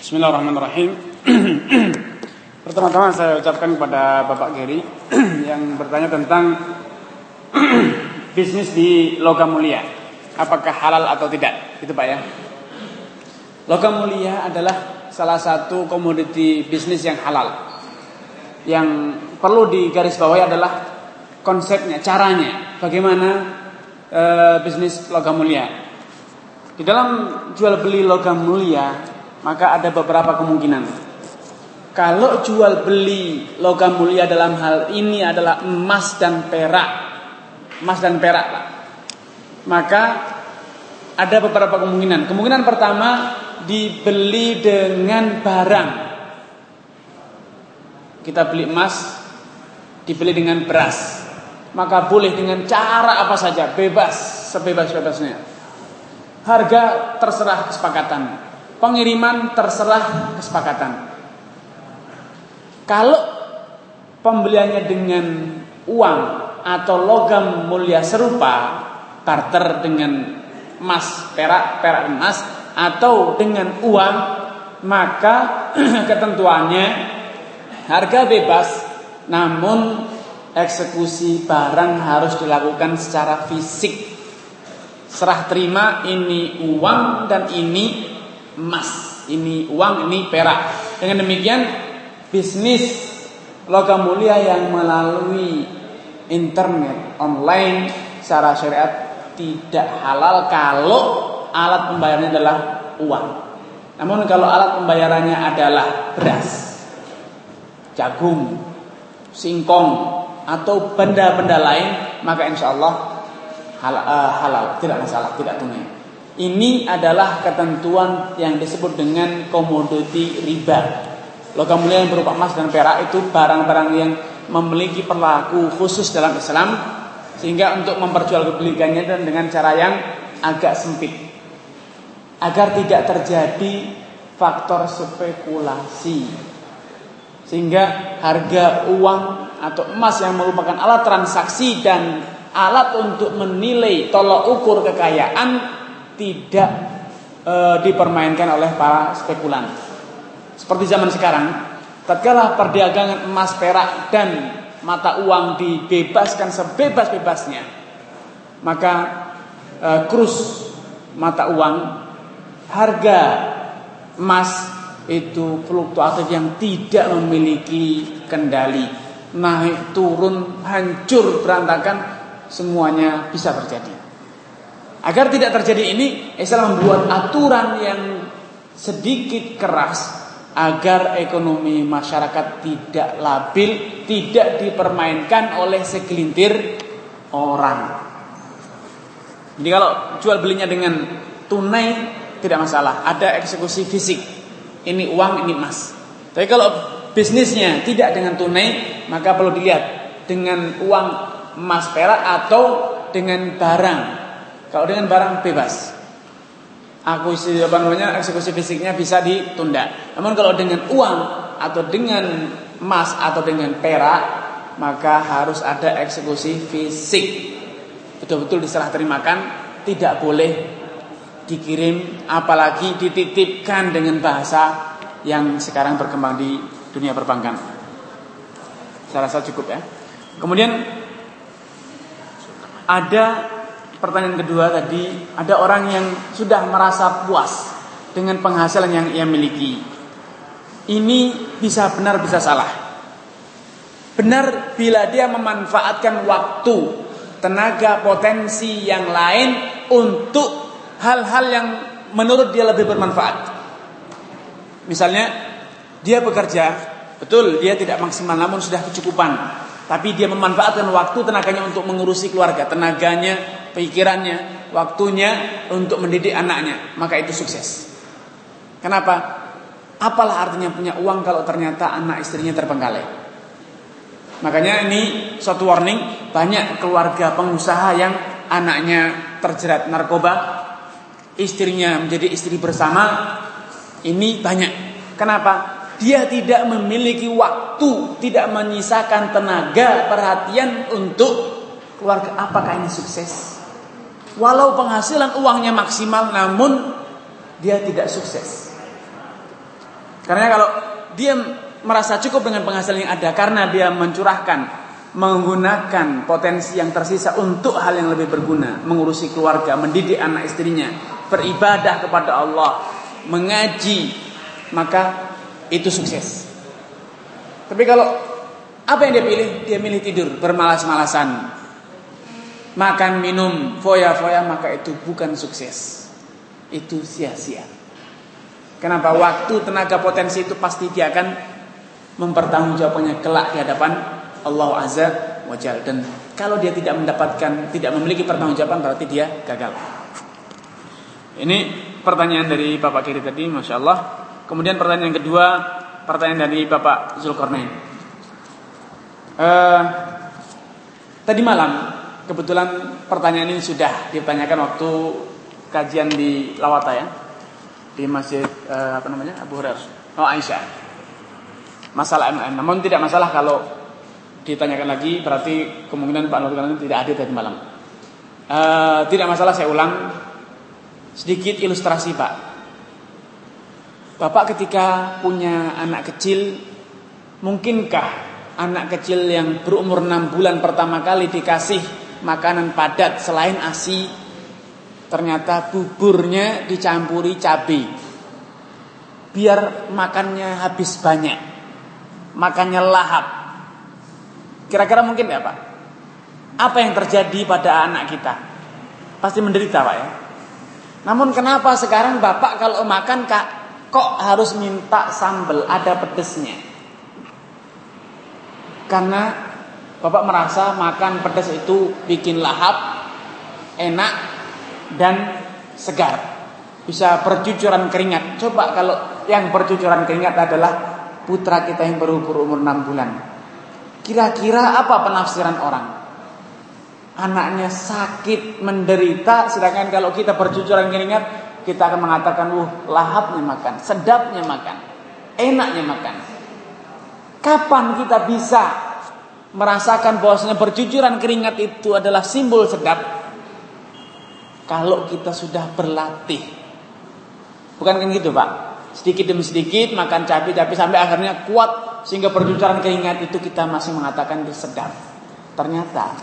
Bismillahirrahmanirrahim. Pertama-tama saya ucapkan kepada Bapak Geri yang bertanya tentang bisnis di logam mulia, apakah halal atau tidak, gitu Pak ya. Logam mulia adalah salah satu komoditi bisnis yang halal. Yang perlu digarisbawahi adalah konsepnya, caranya, bagaimana bisnis logam mulia. Di dalam jual beli logam mulia maka ada beberapa kemungkinan. Kalau jual beli logam mulia dalam hal ini adalah emas dan perak, Pak, maka ada beberapa kemungkinan. Kemungkinan pertama, dibeli dengan barang. Kita beli emas, dibeli dengan beras, maka boleh dengan cara apa saja, bebas, sebebas-bebasnya. Harga terserah kesepakatan, pengiriman terserah kesepakatan. Kalau pembeliannya dengan uang atau logam mulia serupa, barter dengan emas, perak emas, atau dengan uang, maka ketentuannya harga bebas, namun eksekusi barang harus dilakukan secara fisik. Serah terima, ini uang dan ini emas, ini uang, ini perak. Dengan demikian bisnis logam mulia yang melalui internet online secara syariat tidak halal kalau alat pembayarannya adalah uang. Namun kalau alat pembayarannya adalah beras, jagung, singkong, atau benda-benda lain, maka insya Allah halal, tidak masalah, tidak tunai. Ini adalah ketentuan yang disebut dengan komoditi riba. Logam mulia yang berupa emas dan perak itu barang-barang yang memiliki perlaku khusus dalam Islam, sehingga untuk memperjualbelikannya dan dengan cara yang agak sempit, agar tidak terjadi faktor spekulasi, sehingga harga uang atau emas yang merupakan alat transaksi dan alat untuk menilai tolok ukur kekayaan tidak dipermainkan oleh para spekulan. Seperti zaman sekarang, tatkala perdagangan emas, perak dan mata uang dibebaskan sebebas-bebasnya, maka kurs mata uang, harga emas itu fluktuatif yang tidak memiliki kendali, naik turun, hancur berantakan, semuanya bisa terjadi. Agar tidak terjadi ini, Islam membuat aturan yang sedikit keras agar ekonomi masyarakat tidak labil, tidak dipermainkan oleh segelintir orang. Jadi kalau jual belinya dengan tunai tidak masalah, ada eksekusi fisik, ini uang, ini emas. Tapi kalau bisnisnya tidak dengan tunai, maka perlu dilihat dengan uang, emas, perak, atau dengan barang. Kalau dengan barang bebas, eksekusi fisiknya bisa ditunda. Namun kalau dengan uang atau dengan emas atau dengan perak, maka harus ada eksekusi fisik, betul-betul diserah terimakan, tidak boleh dikirim, apalagi dititipkan dengan bahasa yang sekarang berkembang di dunia perbankan. Saya rasa cukup ya. Kemudian ada pertanyaan kedua tadi, ada orang yang sudah merasa puas dengan penghasilan yang ia miliki. Ini bisa benar, bisa salah. Benar bila dia memanfaatkan waktu, tenaga, potensi yang lain untuk hal-hal yang menurut dia lebih bermanfaat. Misalnya dia bekerja, betul dia tidak maksimal namun sudah kecukupan, tapi dia memanfaatkan waktu, tenaganya untuk mengurusi keluarga, tenaganya, pikirannya, waktunya untuk mendidik anaknya, maka itu sukses. Kenapa? Apalah artinya punya uang kalau ternyata anak istrinya terbengkalai? Makanya ini suatu warning, banyak keluarga pengusaha yang anaknya terjerat narkoba, istrinya menjadi istri bersama. Ini banyak. Kenapa? Dia tidak memiliki waktu, tidak menyisakan tenaga, perhatian untuk keluarga. Apakah ini sukses? Walau penghasilan uangnya maksimal, namun dia tidak sukses. Karena kalau dia merasa cukup dengan penghasilan yang ada karena dia menggunakan potensi yang tersisa untuk hal yang lebih berguna, mengurusi keluarga, mendidik anak istrinya, beribadah kepada Allah, mengaji, maka itu sukses. Tapi kalau apa yang dia pilih? Dia milih tidur, bermalas-malasan, makan, minum, foya-foya, maka itu bukan sukses. Itu sia-sia. Kenapa? Waktu, tenaga, potensi itu pasti dia akan mempertanggungjawabkannya kelak di hadapan Allah Azza wa Jalla. Dan kalau dia tidak memiliki pertanggungjawaban, berarti dia gagal. Ini pertanyaan dari Bapak Kiri tadi, Masya Allah. Kemudian pertanyaan yang kedua, pertanyaan dari Bapak Zulkarnain. Tadi malam kebetulan pertanyaan ini sudah ditanyakan waktu kajian di Lawata ya, di masjid Abu Hurairah, Aisyah, masalah MLM. Namun tidak masalah kalau ditanyakan lagi, berarti kemungkinan Pak Nurul tidak hadir tadi malam. Tidak masalah, saya ulang sedikit ilustrasi Pak. Bapak ketika punya anak kecil, mungkinkah anak kecil yang berumur 6 bulan pertama kali dikasih makanan padat selain ASI, ternyata buburnya dicampuri cabai biar makannya habis banyak, makannya lahap? Kira-kira mungkin ya Pak? Apa yang terjadi pada anak kita? Pasti menderita Pak ya. Namun kenapa sekarang Bapak kalau makan kok harus minta sambal, ada pedesnya? Karena Bapak merasa makan pedas itu bikin lahap, enak, dan segar, bisa bercucuran keringat. Coba kalau yang bercucuran keringat adalah putra kita yang baru berumur 6 bulan. Kira-kira apa penafsiran orang? Anaknya sakit, menderita, sedangkan kalau kita bercucuran keringat, kita akan mengatakan, lahapnya makan, sedapnya makan, enaknya makan. Kapan kita bisa merasakan bahwasanya bercucuran keringat itu adalah simbol sedap? Kalau kita sudah berlatih. Bukan kan gitu Pak? Sedikit demi sedikit makan cabai-cabai sampai akhirnya kuat, sehingga bercucuran keringat itu kita masih mengatakan itu sedap. Ternyata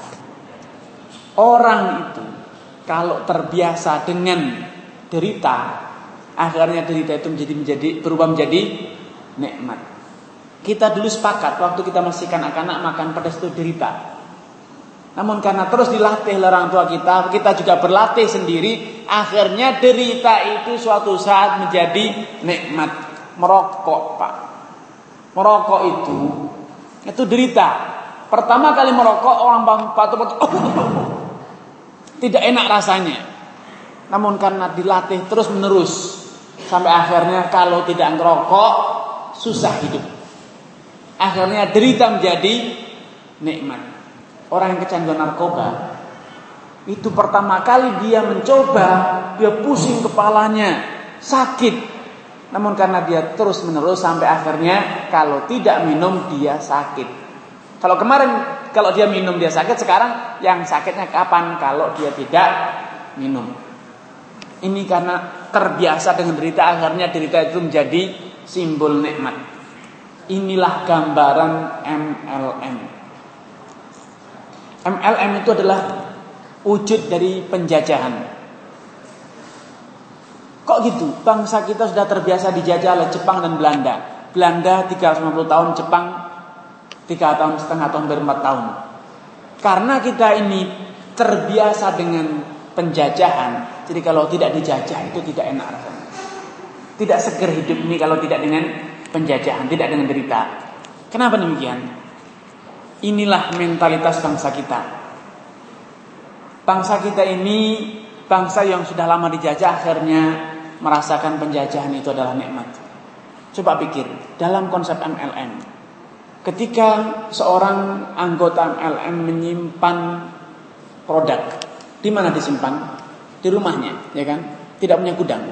orang itu kalau terbiasa dengan derita, akhirnya derita itu berubah menjadi nikmat. Kita dulu sepakat waktu kita masih kanak-kanak makan pedas itu derita. Namun karena terus dilatih oleh orang tua kita, kita juga berlatih sendiri, akhirnya derita itu suatu saat menjadi nikmat. Merokok Pak, merokok itu derita. Pertama kali merokok orang batu-batu tidak enak rasanya. Namun karena dilatih terus menerus, sampai akhirnya kalau tidak ngerokok susah hidup. Akhirnya derita menjadi nikmat. Orang yang kecanduan narkoba itu pertama kali dia mencoba, dia pusing kepalanya, sakit. Namun karena dia terus menerus sampai akhirnya kalau tidak minum dia sakit. Kalau kemarin kalau dia minum dia sakit, sekarang yang sakitnya kapan? Kalau dia tidak minum. Ini karena terbiasa dengan derita, akhirnya derita itu menjadi simbol nikmat. Inilah gambaran MLM. MLM itu adalah wujud dari penjajahan. Kok gitu? Bangsa kita sudah terbiasa dijajah oleh Jepang dan Belanda. Belanda 350 tahun, Jepang 3,5 tahun, atau hampir 4 tahun. Karena kita ini terbiasa dengan penjajahan, jadi kalau tidak dijajah itu tidak enak rasanya. Tidak seger hidup ini kalau tidak dengan penjajahan, tidak dengan derita. Kenapa demikian? Inilah mentalitas bangsa kita. Bangsa kita ini bangsa yang sudah lama dijajah, akhirnya merasakan penjajahan itu adalah nikmat. Coba pikir, dalam konsep MLM, ketika seorang anggota MLM menyimpan produk, di mana disimpan? Di rumahnya, ya kan? Tidak punya gudang.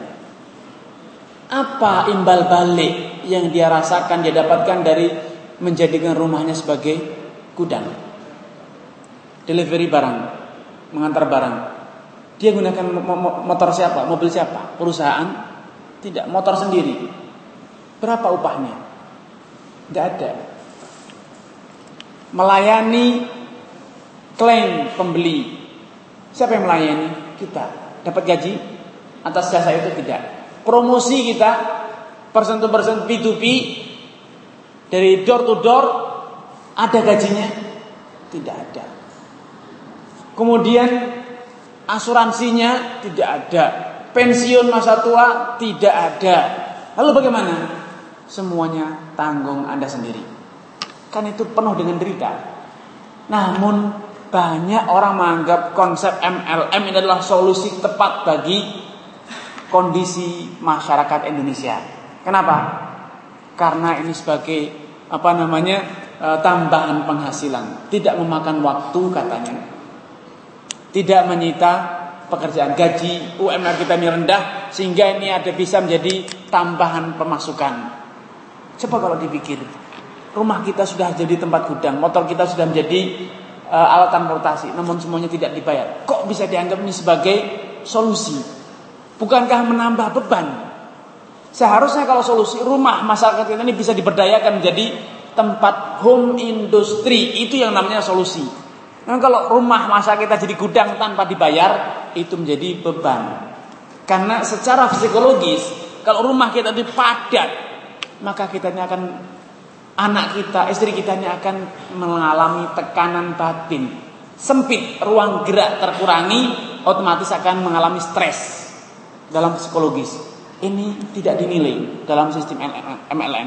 Apa imbal balik yang dia rasakan, dia dapatkan dari menjadikan rumahnya sebagai gudang? Delivery barang, mengantar barang. Dia gunakan motor siapa? Mobil siapa? Perusahaan? Tidak, motor sendiri. Berapa upahnya? Tidak ada. Melayani klaim pembeli. Siapa yang melayani? Kita. Dapat gaji atas jasa itu? Tidak. Promosi kita, person to person, P2P, dari door to door, ada gajinya? Tidak ada. Kemudian asuransinya tidak ada. Pensiun masa tua tidak ada. Lalu bagaimana? Semuanya tanggung Anda sendiri. Kan itu penuh dengan derita. Namun banyak orang menganggap konsep MLM ini adalah solusi tepat bagi kondisi masyarakat Indonesia. Kenapa? Karena ini sebagai tambahan penghasilan, tidak memakan waktu katanya, tidak menyita pekerjaan, gaji UMR kita ini rendah sehingga ini bisa menjadi tambahan pemasukan. Coba kalau dipikir, rumah kita sudah jadi tempat gudang, motor kita sudah menjadi alat transportasi, namun semuanya tidak dibayar. Kok bisa dianggap ini sebagai solusi? Bukankah menambah beban? Seharusnya kalau solusi, rumah masyarakat kita ini bisa diberdayakan menjadi tempat home industry, itu yang namanya solusi. Nah, kalau rumah masyarakat kita jadi gudang tanpa dibayar, itu menjadi beban. Karena secara psikologis, kalau rumah kita itu padat, maka kita ini akan, anak kita, istri kita ini akan mengalami tekanan batin, sempit, ruang gerak terkurangi, otomatis akan mengalami stres dalam psikologis. Ini tidak dinilai dalam sistem MLM.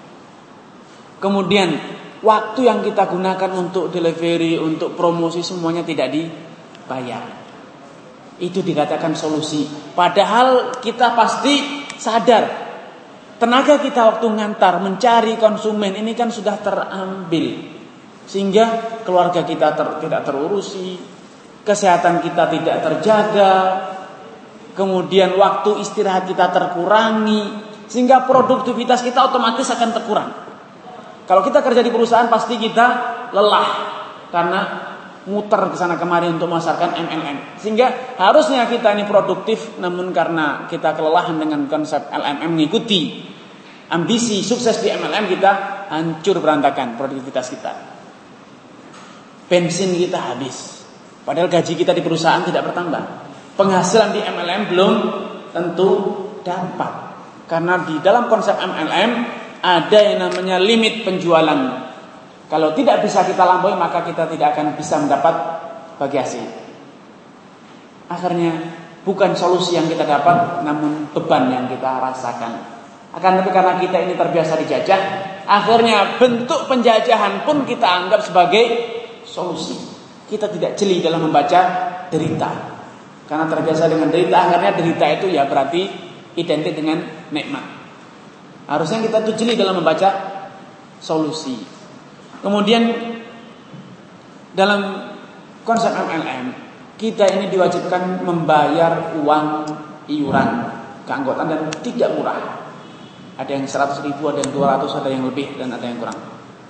Kemudian waktu yang kita gunakan untuk delivery, untuk promosi, semuanya tidak dibayar. Itu dikatakan solusi. Padahal kita pasti sadar, tenaga kita waktu ngantar, mencari konsumen ini kan sudah terambil, sehingga keluarga kita tidak terurusi, kesehatan kita tidak terjaga, kemudian waktu istirahat kita terkurangi, sehingga produktivitas kita otomatis akan terkurang. Kalau kita kerja di perusahaan pasti kita lelah karena muter ke sana kemari untuk memasarkan MLM. Sehingga harusnya kita ini produktif, namun karena kita kelelahan dengan konsep LMM, mengikuti ambisi sukses di MLM, kita hancur berantakan produktivitas kita. Bensin kita habis. Padahal gaji kita di perusahaan tidak bertambah. Penghasilan di MLM belum tentu dapat. Karena di dalam konsep MLM ada yang namanya limit penjualan. Kalau tidak bisa kita lampaui, maka kita tidak akan bisa mendapat bagi hasil. Akhirnya bukan solusi yang kita dapat, namun beban yang kita rasakan. Akan tetapi karena kita ini terbiasa dijajah, akhirnya bentuk penjajahan pun kita anggap sebagai solusi. Kita tidak jeli dalam membaca derita. Karena terbiasa dengan derita, akhirnya derita itu ya berarti identik dengan nikmat. Harusnya kita tuh jeli dalam membaca solusi. Kemudian dalam konsep MLM, kita ini diwajibkan membayar uang iuran keanggotaan dan tidak murah. Ada yang 100.000, ada yang 200, ada yang lebih, dan ada yang kurang.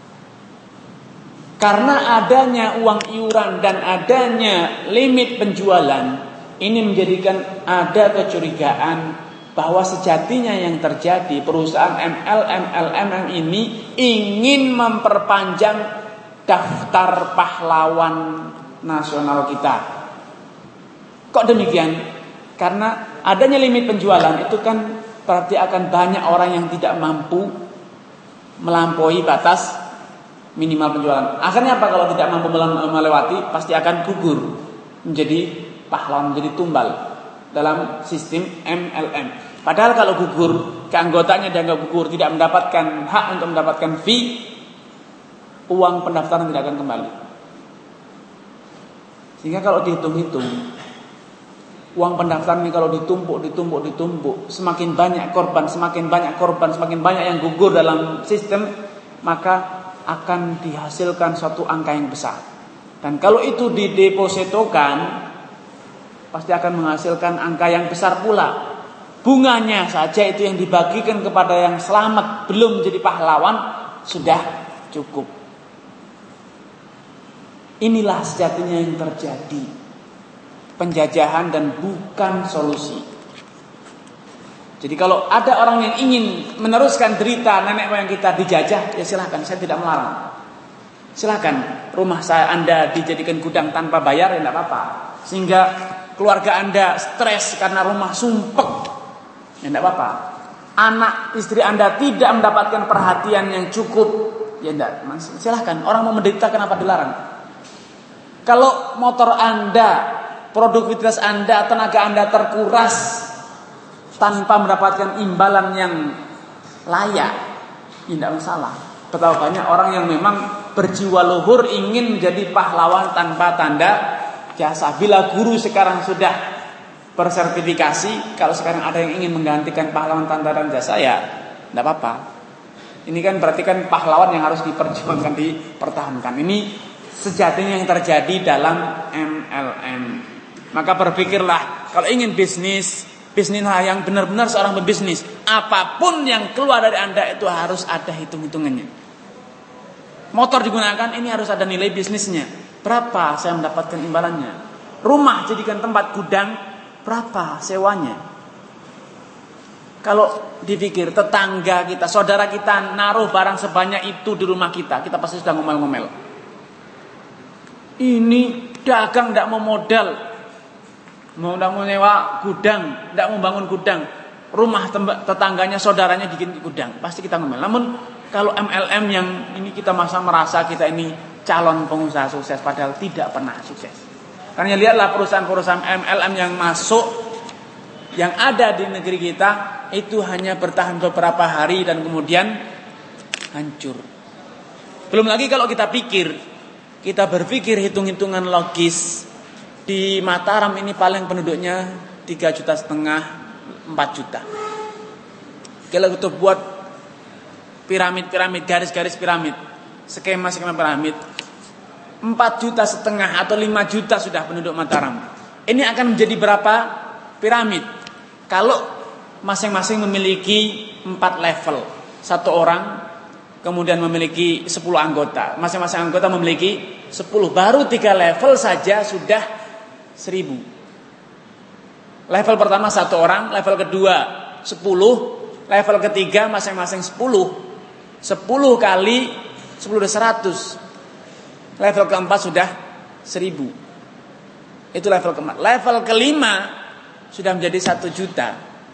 Karena adanya uang iuran dan adanya limit penjualan, ini menjadikan ada kecurigaan bahwa sejatinya yang terjadi perusahaan LMM ini ingin memperpanjang daftar pahlawan nasional kita. Kok demikian? Karena adanya limit penjualan itu kan berarti akan banyak orang yang tidak mampu melampaui batas minimal penjualan. Akhirnya apa? Kalau tidak mampu melewati, pasti akan gugur menjadi pahlawan, menjadi tumbal dalam sistem MLM. Padahal kalau gugur, keanggotaannya dianggap gugur, tidak mendapatkan hak untuk mendapatkan fee, uang pendaftaran tidak akan kembali. Sehingga kalau dihitung-hitung, uang pendaftaran ini kalau ditumpuk, semakin banyak korban, semakin banyak yang gugur dalam sistem, maka akan dihasilkan suatu angka yang besar. Dan kalau itu didepositokan, pasti akan menghasilkan angka yang besar pula. Bunganya saja itu yang dibagikan kepada yang selamat, belum jadi pahlawan, sudah cukup. Inilah sejatinya yang terjadi, penjajahan dan bukan solusi. Jadi kalau ada orang yang ingin meneruskan derita nenek moyang kita dijajah, ya silahkan, saya tidak melarang. Silahkan, rumah Anda dijadikan gudang tanpa bayar, ya tidak apa-apa. Sehingga keluarga Anda stres karena rumah sumpek, ya tidak apa-apa. Anak istri Anda tidak mendapatkan perhatian yang cukup, ya tidak, silahkan. Orang mau menderita kenapa dilarang? Kalau motor Anda, produktivitas Anda, tenaga Anda terkuras tanpa mendapatkan imbalan yang layak, ya tidak masalah. Betapa banyak orang yang memang berjiwa luhur ingin menjadi pahlawan tanpa tanda jasa. Bila guru sekarang sudah bersertifikasi, kalau sekarang ada yang ingin menggantikan pahlawan tanpa tanda jasa, ya tidak apa-apa. Ini kan berarti kan pahlawan yang harus diperjuangkan, dipertahankan. Ini sejatinya yang terjadi dalam MLM. Maka berpikirlah, kalau ingin bisnislah yang benar-benar seorang pebisnis. Apapun yang keluar dari Anda itu harus ada hitung-hitungannya. Motor digunakan, ini harus ada nilai bisnisnya. Berapa saya mendapatkan imbalannya? Rumah jadikan tempat gudang, berapa sewanya? Kalau dipikir tetangga kita, saudara kita naruh barang sebanyak itu di rumah kita, kita pasti sudah ngomel-ngomel. Ini dagang tidak mau modal, mau nyewa gudang, tidak mau bangun gudang. Rumah tetangganya, saudaranya bikin gudang, pasti kita ngomel. Namun kalau MLM yang ini kita merasa kita ini calon pengusaha sukses, padahal tidak pernah sukses. Karena lihatlah perusahaan-perusahaan MLM yang masuk, yang ada di negeri kita, itu hanya bertahan beberapa hari dan kemudian hancur. Belum lagi kalau kita berpikir hitung-hitungan logis. Di Mataram ini paling penduduknya 3,5 juta, 4 juta. Kalau kita buat piramid, garis-garis piramid, skema piramid, 4,5 juta atau 5 juta sudah penduduk Mataram. Ini akan menjadi berapa piramid? Kalau masing-masing memiliki 4 level, satu orang kemudian memiliki 10 anggota, masing-masing anggota memiliki 10, baru 3 level saja sudah 1.000. Level pertama 1 orang, level kedua 10, level ketiga masing-masing 10. 10 kali 10 udah 100. Level keempat sudah 1.000. Itu level keempat. Level kelima sudah menjadi 1 juta.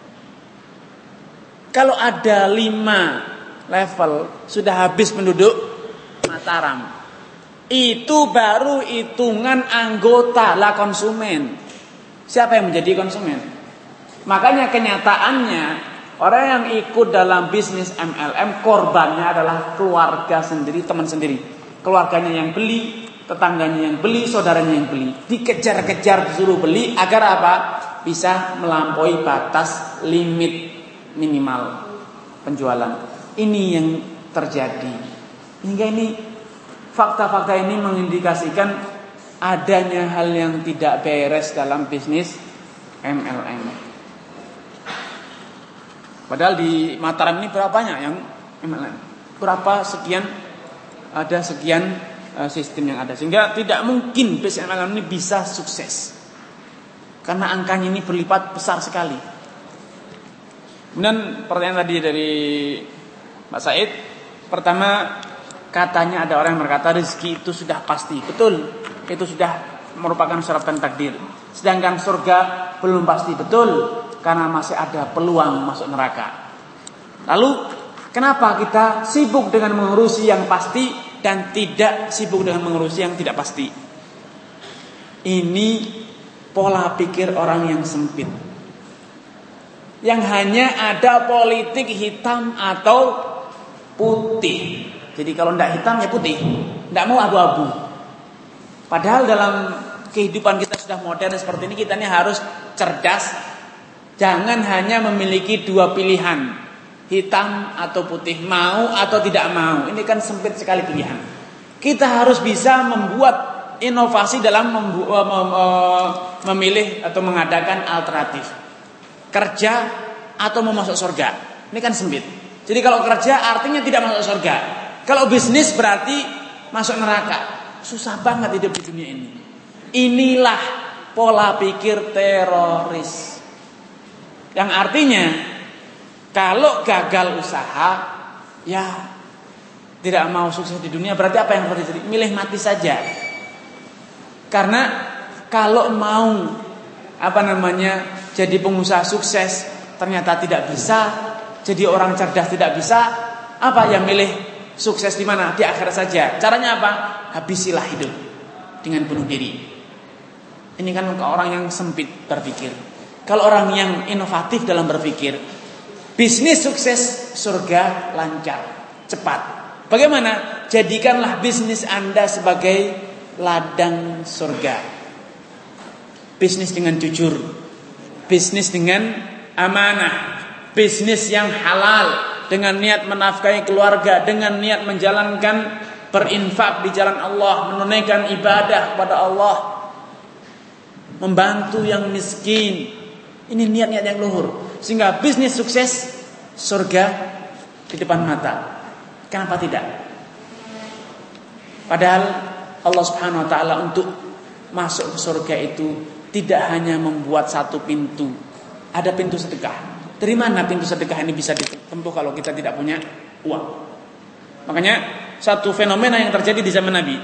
Kalau ada 5 level sudah habis penduduk Mataram. Itu baru hitungan anggota lah, konsumen. Siapa yang menjadi konsumen? Makanya kenyataannya orang yang ikut dalam bisnis MLM, korbannya adalah keluarga sendiri, teman sendiri. Keluarganya yang beli, tetangganya yang beli, saudaranya yang beli. Dikejar-kejar disuruh beli agar apa? Bisa melampaui batas limit minimal penjualan. Ini yang terjadi. Hingga ini fakta-fakta ini mengindikasikan adanya hal yang tidak beres dalam bisnis MLM. Padahal di Mataram ini berapa banyak yang MLM? Berapa sekian, ada sekian sistem yang ada. Sehingga tidak mungkin bisnis MLM ini bisa sukses. Karena angkanya ini berlipat besar sekali. Kemudian pertanyaan tadi dari Pak Said. Pertama, katanya ada orang yang berkata rezeki itu sudah pasti. Betul, itu sudah merupakan syaratan takdir. Sedangkan surga belum pasti. Betul, karena masih ada peluang masuk neraka. Lalu kenapa kita sibuk dengan mengurusi yang pasti dan tidak sibuk dengan mengurusi yang tidak pasti? Ini pola pikir orang yang sempit, yang hanya ada politik hitam atau putih. Jadi kalau tidak hitam ya putih, tidak mau abu-abu. Padahal dalam kehidupan kita sudah modern seperti ini, kita ini harus cerdas. Jangan hanya memiliki 2 pilihan, hitam atau putih, mau atau tidak mau. Ini kan sempit sekali pilihan. Kita harus bisa membuat inovasi dalam memilih atau mengadakan alternatif. Kerja atau mau masuk surga. Ini kan sempit. Jadi kalau kerja artinya tidak masuk surga. Kalau bisnis berarti masuk neraka. Susah banget hidup di dunia ini. Inilah pola pikir teroris. Yang artinya Kalau gagal usaha, ya tidak mau sukses di dunia, berarti apa yang harus terjadi? Milih mati saja. Karena kalau mau jadi pengusaha sukses ternyata tidak bisa, jadi orang cerdas tidak bisa, apa yang milih sukses di mana? Di akhirat saja. Caranya apa? Habisilah hidup dengan bunuh diri. Ini kan orang yang sempit berpikir. Kalau orang yang inovatif dalam berpikir, bisnis sukses, surga lancar, cepat. Bagaimana? Jadikanlah bisnis Anda sebagai ladang surga. Bisnis dengan jujur, bisnis dengan amanah, bisnis yang halal, dengan niat menafkahi keluarga, dengan niat menjalankan berinfak di jalan Allah, menunaikan ibadah kepada Allah, membantu yang miskin. Ini niat-niat yang luhur, sehingga bisnis sukses, surga di depan mata. Kenapa tidak? Padahal Allah Subhanahu wa taala untuk masuk ke surga itu tidak hanya membuat satu pintu. Ada pintu sedekah. Dari mana pintu sedekah ini bisa ditempuh kalau kita tidak punya uang? Makanya satu fenomena yang terjadi di zaman Nabi,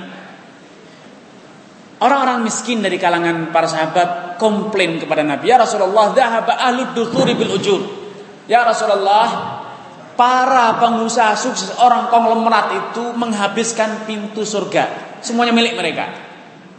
orang-orang miskin dari kalangan para sahabat komplain kepada Nabi, "Ya Rasulullah, dhahaba ahlud duthuri bil ujur." Ya Rasulullah, para pengusaha sukses, orang konglomerat itu menghabiskan pintu surga. Semuanya milik mereka.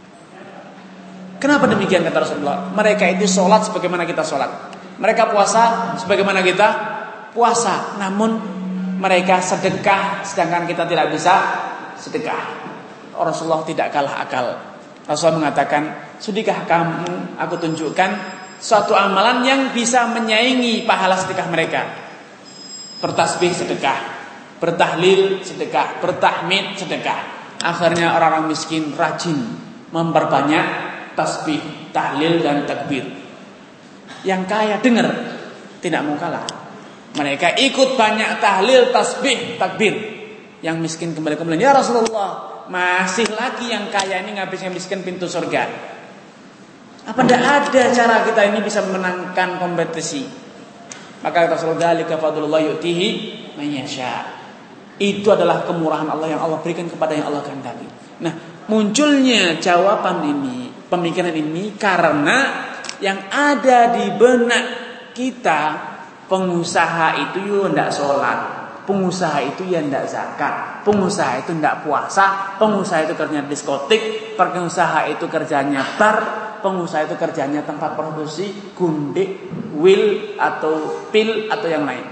Kenapa demikian kata Rasulullah? Mereka itu sholat sebagaimana kita sholat. Mereka puasa sebagaimana kita puasa. Namun mereka sedekah sedangkan kita tidak bisa sedekah. Rasulullah tidak kalah akal. Rasulullah mengatakan, "Sudikah kamu aku tunjukkan suatu amalan yang bisa menyaingi pahala sedekah mereka?" Bertasbih sedekah, bertahlil sedekah, bertahmid sedekah. Akhirnya orang-orang miskin rajin memperbanyak tasbih, tahlil dan takbir. Yang kaya dengar, tidak mau kalah. Mereka ikut banyak tahlil, tasbih, takbir. Yang miskin kembali komplain, "Ya Rasulullah, masih lagi yang kaya ini ngabis miskin pintu surga." Apa tidak ada cara kita ini bisa memenangkan kompetisi? Maka Rasulullah, "Dzalika fadlullah yu'tihi man yasha." Itu adalah kemurahan Allah yang Allah berikan kepada yang Allah kehendaki. Nah, munculnya jawaban ini, pemikiran ini karena yang ada di benak kita, pengusaha itu ya tidak sholat, pengusaha itu ya tidak zakat, pengusaha itu tidak puasa, pengusaha itu kerjanya diskotik, pengusaha itu kerjanya bar, pengusaha itu kerjanya tempat produksi gundik, wil atau pil atau yang lain.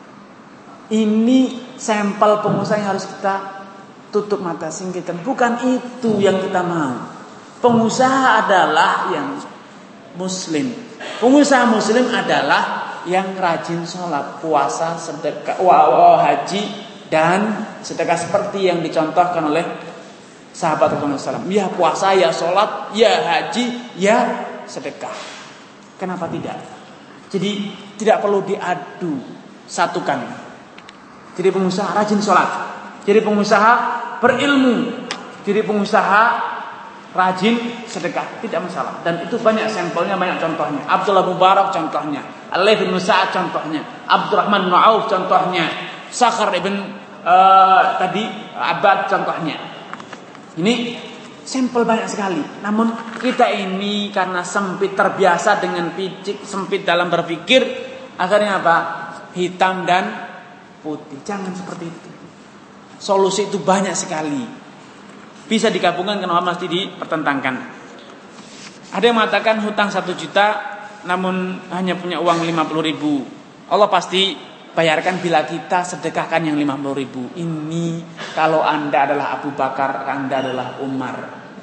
Ini sampel pengusaha yang harus kita tutup mata, singkirkan. Bukan itu yang kita mau. Pengusaha adalah yang muslim. Pengusaha muslim adalah yang rajin sholat, puasa, sedekah, haji dan sedekah seperti yang dicontohkan oleh sahabat Rasulullah SAW. Ya puasa, ya sholat, ya haji, ya sedekah. Kenapa tidak? Jadi tidak perlu diadu satukan. Jadi pengusaha rajin sholat, jadi pengusaha berilmu, jadi pengusaha rajin sedekah, tidak masalah. Dan itu banyak sampelnya, banyak contohnya. Abdullah Mubarak contohnya, Al-Laits bin Sa'ad contohnya, Abdurrahman bin Auf contohnya, Sakhar ibn Abbad contohnya. Ini sampel banyak sekali. Namun kita ini karena sempit, terbiasa dengan picik, sempit dalam berpikir, akhirnya apa? Hitam dan putih. Jangan seperti itu. Solusi itu banyak sekali. Bisa digabungkan, kenapa mesti dipertentangkan? Ada yang mengatakan hutang 1 juta namun hanya punya uang 50.000. Allah pasti bayarkan bila kita sedekahkan yang 50.000. Ini kalau Anda adalah Abu Bakar, Anda adalah Umar,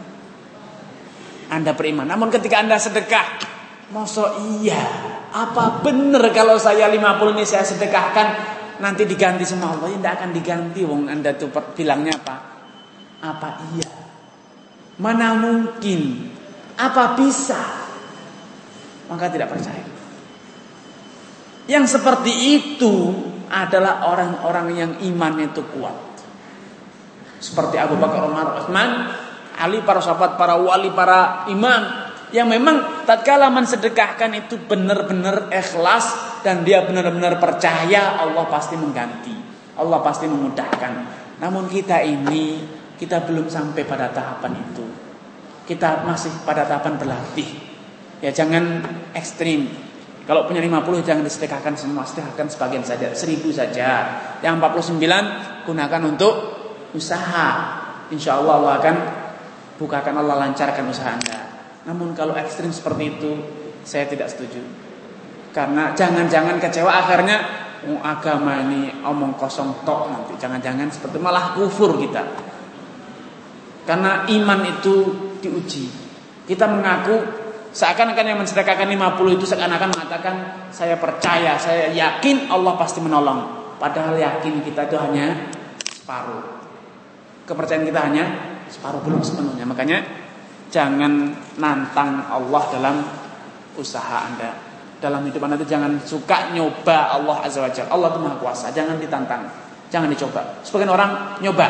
Anda beriman. Namun ketika Anda sedekah, masa iya? Apa benar kalau saya 50 ini saya sedekahkan nanti diganti sama Allah? Ya tidak akan diganti. Wong Anda tuh bilangnya apa iya? Mana mungkin? Apa bisa? Maka tidak percaya. Yang seperti itu adalah orang-orang yang imannya itu kuat. Seperti Abu Bakar, Umar, Utsman, Ali, para sahabat, para wali, para imam yang memang tatkala mensedekahkan itu benar-benar ikhlas dan dia benar-benar percaya, Allah pasti mengganti, Allah pasti memudahkan. Namun kita belum sampai pada tahapan itu. Kita masih pada tahapan berlatih. Ya jangan ekstrim. Kalau punya 50 jangan disedekahkan semua, sedekahkan sebagian saja, 1000 saja. Yang 49 gunakan untuk usaha. Insya Allah Allah akan bukakan, Allah lancarkan usaha Anda. Namun kalau ekstrim seperti itu saya tidak setuju. Karena jangan-jangan kecewa akhirnya agama ini omong kosong tok nanti. Jangan-jangan seperti malah kufur kita. Karena iman itu diuji. Kita mengaku seakan-akan yang mensedekahkan 50 itu seakan-akan mengatakan saya percaya, saya yakin Allah pasti menolong. Padahal yakin kita itu hanya separuh. Kepercayaan kita hanya separuh, belum sepenuhnya. Makanya jangan nantang Allah dalam usaha Anda. Dalam hidup Anda itu jangan suka nyoba Allah Azza wa Jalla. Allah itu Maha Kuasa, jangan ditantang, jangan dicoba. Sebagian orang nyoba,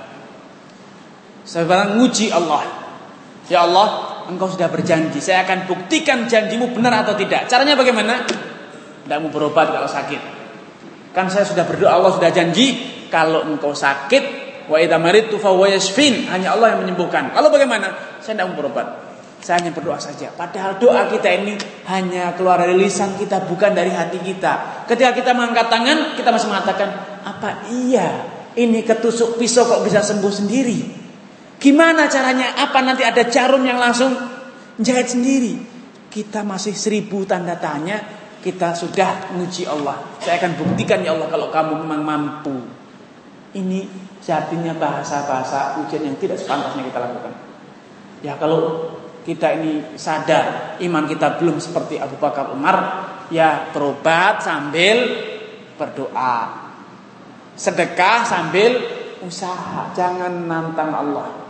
sebagian nguji Allah. Ya Allah, Engkau sudah berjanji, saya akan buktikan janjimu benar atau tidak. Caranya bagaimana? Tidak mau berobat kalau sakit. Kan saya sudah berdoa, Allah sudah janji kalau engkau sakit, wa idza maridtu fa huwa yashfin, hanya Allah yang menyembuhkan. Kalau bagaimana? Saya tidak mau berobat, saya hanya berdoa saja. Padahal doa kita ini hanya keluar dari lisan kita, bukan dari hati kita. Ketika kita mengangkat tangan, kita masih mengatakan, apa iya ini ketusuk pisau kok bisa sembuh sendiri? Gimana caranya? Apa nanti ada jarum yang langsung jahit sendiri? Kita masih 1000 tanda tanya. Kita sudah menguji Allah. Saya akan buktikan ya Allah kalau kamu memang mampu. Ini artinya bahasa-bahasa ujian yang tidak sepantasnya kita lakukan. Ya kalau kita ini sadar iman kita belum seperti Abu Bakar Umar, ya berobat sambil berdoa, sedekah sambil usaha. Jangan nantang Allah.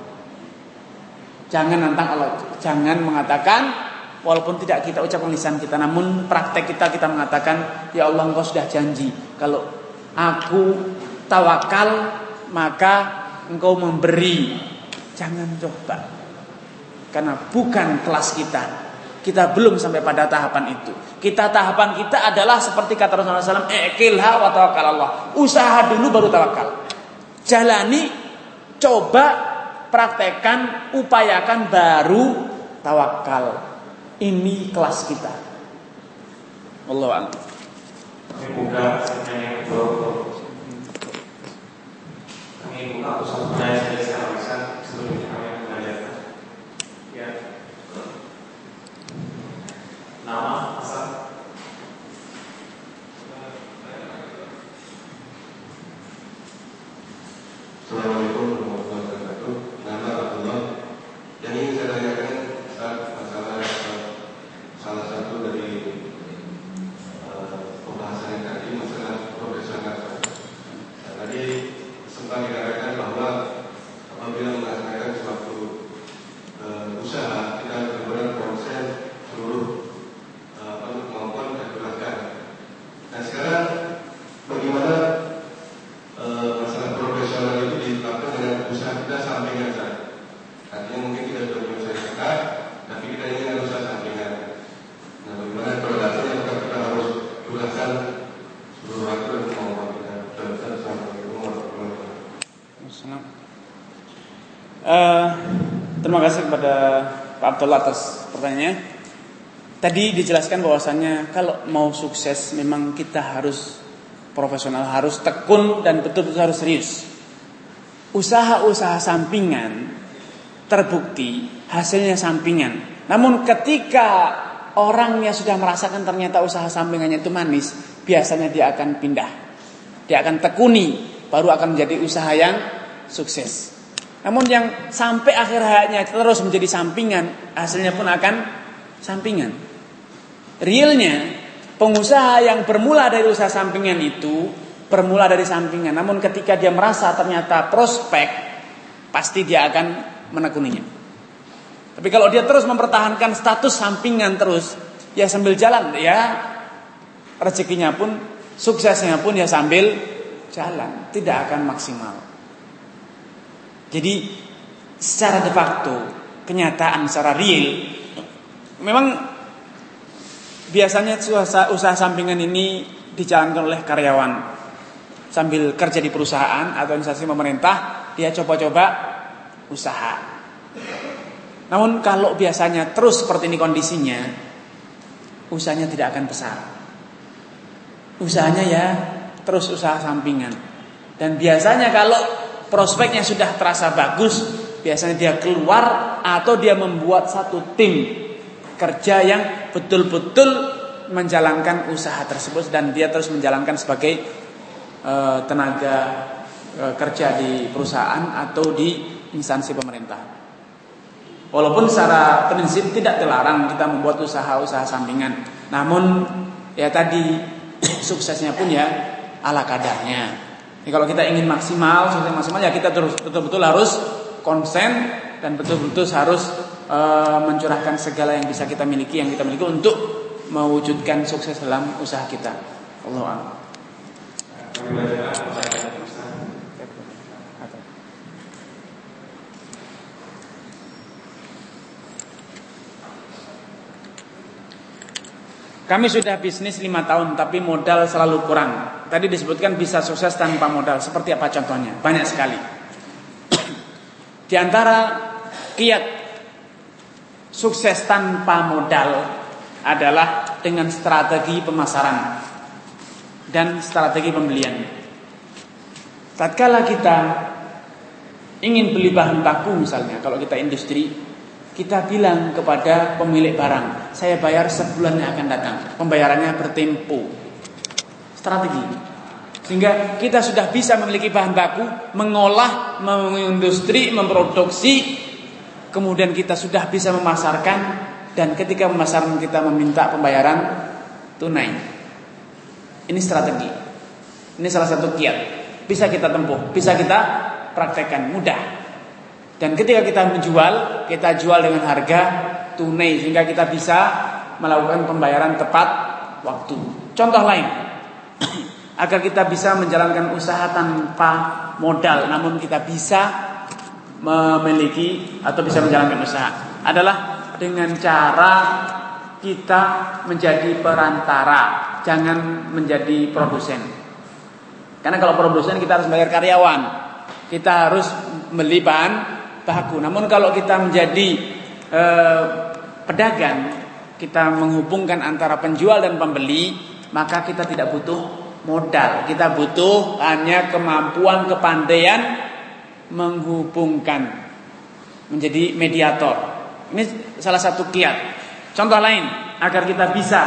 Jangan nantang Allah. Jangan mengatakan, walaupun tidak kita ucapkan lisan kita, namun praktek kita mengatakan, ya Allah Engkau sudah janji, kalau aku tawakal maka Engkau memberi. Jangan coba. Karena bukan kelas kita. Kita belum sampai pada tahapan itu. Tahapan kita adalah seperti kata Rasulullah SAW, "Iqilha wa tawakkal Allah." Usaha dulu baru tawakal. Jalani, coba, praktekkan, upayakan, baru tawakal. Ini kelas kita. Wallahu a'lam. Kami buka pertanyaan kedua. Kami buka usaha pertanyaan dari secara lisan sebelum kami mengajarkan. Ya. Nama, asal. Assalamualaikum warahmatullahi wabarakatuh. Nama Abdullah. Yang ingin saya tanyakan masalah salah satu dari pembahasan yang tadi, masalah profesional. Tadi sempat dikatakan bahwa apabila melaksanakan suatu usaha, kita benar-benar konsen seluruh kemampuan dan curahkan. Nah sekarang bagaimana masalah profesional itu diterapkan dengan usaha kita sampingan saja? Artinya mungkin kita sudah punya usaha kita, tapi kita ingin ada usaha sampingan. Nah bagaimana produksinya? Apakah kita harus curahkan seluruh waktu dan kemampuan kita? Assalamualaikum warahmatullahi wabarakatuh. Terima kasih kepada Pak Abdullah atas pertanyaannya. Tadi dijelaskan bahwasannya kalau mau sukses memang kita harus profesional, harus tekun dan betul-betul harus serius. Usaha-usaha sampingan terbukti hasilnya sampingan. Namun ketika orangnya sudah merasakan ternyata usaha sampingannya itu manis, biasanya dia akan pindah. Dia akan tekuni, baru akan menjadi usaha yang sukses. Namun yang sampai akhir hayatnya terus menjadi sampingan, hasilnya pun akan sampingan. Realnya pengusaha yang bermula dari usaha sampingan itu bermula dari sampingan. Namun ketika dia merasa ternyata prospek, pasti dia akan menekuninya. Tapi kalau dia terus mempertahankan status sampingan terus, ya sambil jalan, ya rezekinya pun, suksesnya pun ya sambil jalan, tidak akan maksimal. Jadi secara de facto, kenyataan secara real, memang biasanya usaha sampingan ini dijalankan oleh karyawan sambil kerja di perusahaan atau instansi pemerintah, dia coba-coba usaha. Namun kalau biasanya terus seperti ini kondisinya, usahanya tidak akan besar. Usahanya ya terus usaha sampingan. Dan biasanya kalau prospeknya sudah terasa bagus, biasanya dia keluar atau dia membuat satu tim kerja yang betul-betul menjalankan usaha tersebut, dan dia terus menjalankan sebagai tenaga kerja di perusahaan atau di instansi pemerintah. Walaupun secara prinsip tidak terlarang kita membuat usaha-usaha sampingan, namun ya tadi suksesnya pun ya ala kadarnya. Jadi kalau kita ingin maksimal, sukses maksimal, ya kita terus betul-betul harus konsen dan betul-betul harus mencurahkan segala yang bisa kita miliki, untuk mewujudkan sukses dalam usaha kita. Allahu a'lam. Kami sudah bisnis 5 tahun tapi modal selalu kurang. Tadi disebutkan bisa sukses tanpa modal. Seperti apa contohnya? Banyak sekali. Di antara kiat sukses tanpa modal adalah dengan strategi pemasaran dan strategi pembelian. Tatkala kita ingin beli bahan baku misalnya, kalau kita industri, kita bilang kepada pemilik barang, saya bayar sebulan yang akan datang. Pembayarannya bertempo. Strategi. Sehingga kita sudah bisa memiliki bahan baku, mengolah, mengindustri, memproduksi, kemudian kita sudah bisa memasarkan, dan ketika memasarkan kita meminta pembayaran tunai. Ini strategi. Ini salah satu kiat. Bisa kita tempuh, bisa kita praktekkan, mudah. Dan ketika kita menjual, kita jual dengan harga tunai sehingga kita bisa melakukan pembayaran tepat waktu. Contoh lain, agar kita bisa menjalankan usaha tanpa modal, namun kita bisa memiliki atau bisa menjalankan usaha, adalah dengan cara kita menjadi perantara, jangan menjadi produsen. Karena kalau produsen kita harus bayar karyawan, kita harus beli bahan baku. Namun kalau kita menjadi pedagang, kita menghubungkan antara penjual dan pembeli, maka kita tidak butuh modal. Kita butuh hanya kemampuan, kepandaian menghubungkan, menjadi mediator. Ini salah satu kiat. Contoh lain agar kita bisa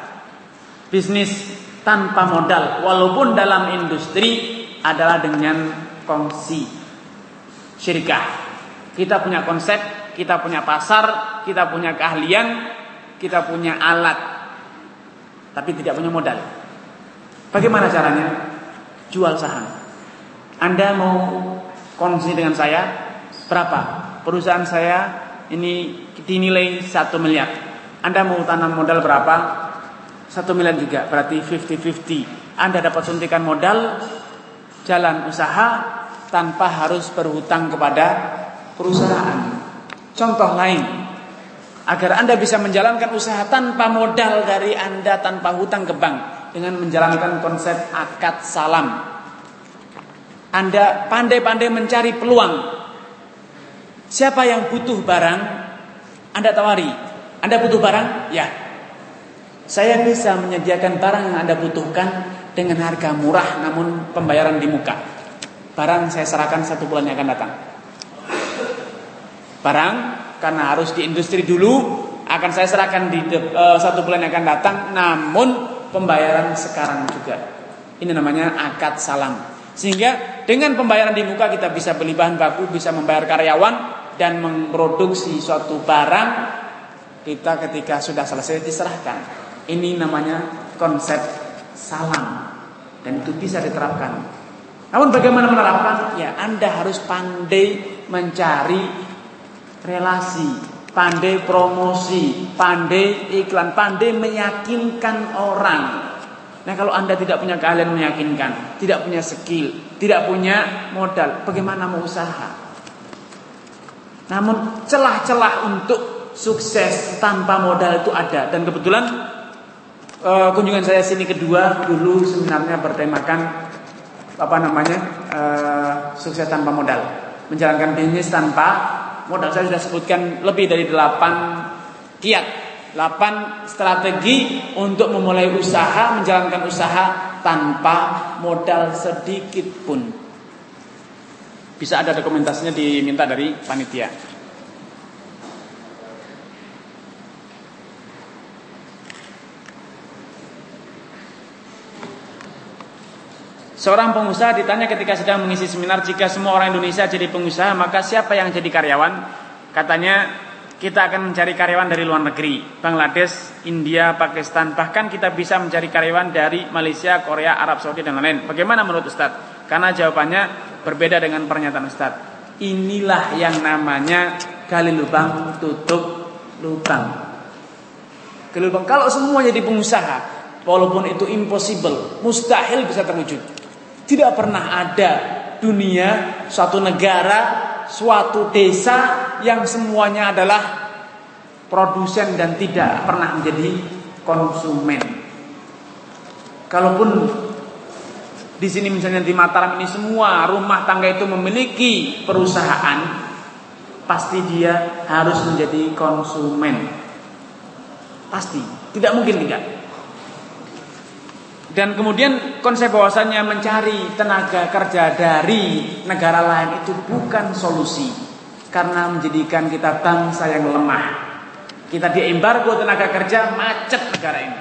bisnis tanpa modal walaupun dalam industri adalah dengan kongsi syirikah. Kita punya konsep, kita punya pasar, kita punya keahlian, kita punya alat, tapi tidak punya modal. Bagaimana caranya? Jual saham. Anda mau kongsi dengan saya berapa? Perusahaan saya ini dinilai 1 miliar. Anda mau tanam modal berapa? 1 miliar juga, berarti 50-50. Anda dapat suntikan modal, jalan usaha tanpa harus berhutang kepada perusahaan. Contoh lain, agar Anda bisa menjalankan usaha tanpa modal dari Anda, tanpa hutang ke bank, dengan menjalankan konsep akad salam. Anda pandai-pandai mencari peluang. Siapa yang butuh barang, Anda tawari. Anda butuh barang? Ya. Saya bisa menyediakan barang yang Anda butuhkan dengan harga murah, namun pembayaran di muka. Barang saya serahkan 1 bulan yang akan datang. Barang karena harus di industri dulu, akan saya serahkan di 1 bulan yang akan datang, namun pembayaran sekarang juga. Ini namanya akad salam. Sehingga dengan pembayaran di muka kita bisa beli bahan baku, bisa membayar karyawan, dan memproduksi suatu barang. Kita ketika sudah selesai diserahkan. Ini namanya konsep salam, dan itu bisa diterapkan. Namun bagaimana menerapkan? Ya, Anda harus pandai mencari relasi, pandai promosi, pandai iklan, pandai meyakinkan orang. Nah, kalau Anda tidak punya keahlian meyakinkan, tidak punya skill, tidak punya modal, bagaimana mau usaha? Namun celah-celah untuk sukses tanpa modal itu ada. Dan kebetulan kunjungan saya sini kedua, dulu seminarnya bertemakan sukses tanpa modal, menjalankan bisnis tanpa modal. Saya sudah sebutkan lebih dari 8 kiat, 8 strategi untuk memulai usaha, menjalankan usaha tanpa modal sedikit pun. Bisa ada dokumentasinya, diminta dari panitia. Seorang pengusaha ditanya ketika sedang mengisi seminar, jika semua orang Indonesia jadi pengusaha, maka siapa yang jadi karyawan? Katanya, kita akan mencari karyawan dari luar negeri, Bangladesh, India, Pakistan. Bahkan kita bisa mencari karyawan dari Malaysia, Korea, Arab Saudi, dan lain-lain. Bagaimana menurut Ustaz? Karena jawabannya berbeda dengan pernyataan Ustaz. Inilah yang namanya gali lubang, tutup lubang. Gali lubang. Kalau semua jadi pengusaha, walaupun itu impossible, mustahil bisa terwujud. Tidak pernah ada dunia, suatu negara, suatu desa yang semuanya adalah produsen dan tidak pernah menjadi konsumen. Kalaupun di sini misalnya di Mataram ini semua rumah tangga itu memiliki perusahaan, pasti dia harus menjadi konsumen. Pasti, tidak mungkin tidak. Dan kemudian konsep bahwasannya mencari tenaga kerja dari negara lain itu bukan solusi, karena menjadikan kita bangsa yang lemah. Kita diembargo tenaga kerja, macet negara ini.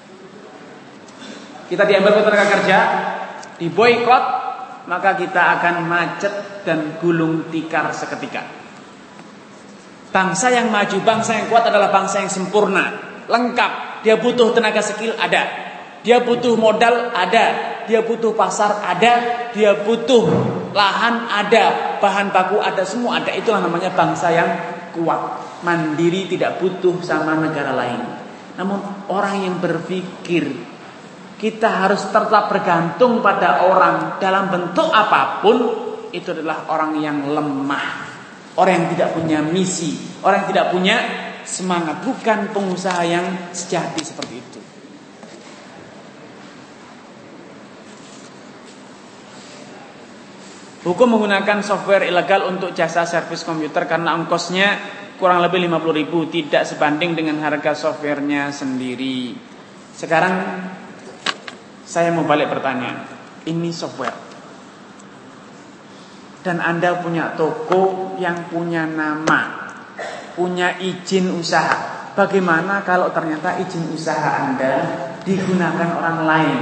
Kita diembargo tenaga kerja, diboikot, maka kita akan macet dan gulung tikar seketika. Bangsa yang maju, bangsa yang kuat adalah bangsa yang sempurna, lengkap. Dia butuh tenaga skill, ada. Dia butuh modal, ada. Dia butuh pasar, ada. Dia butuh lahan, ada. Bahan baku, ada. Semua ada. Itulah namanya bangsa yang kuat, mandiri, tidak butuh sama negara lain. Namun orang yang berpikir kita harus tetap bergantung pada orang dalam bentuk apapun, itu adalah orang yang lemah, orang yang tidak punya misi, orang yang tidak punya semangat. Bukan pengusaha yang sejati seperti itu. Hukum menggunakan software ilegal untuk jasa servis komputer karena ongkosnya kurang lebih 50.000, tidak sebanding dengan harga softwarenya sendiri. Sekarang saya mau balik pertanyaan. Ini software, dan Anda punya toko yang punya nama, punya izin usaha. Bagaimana kalau ternyata izin usaha Anda digunakan orang lain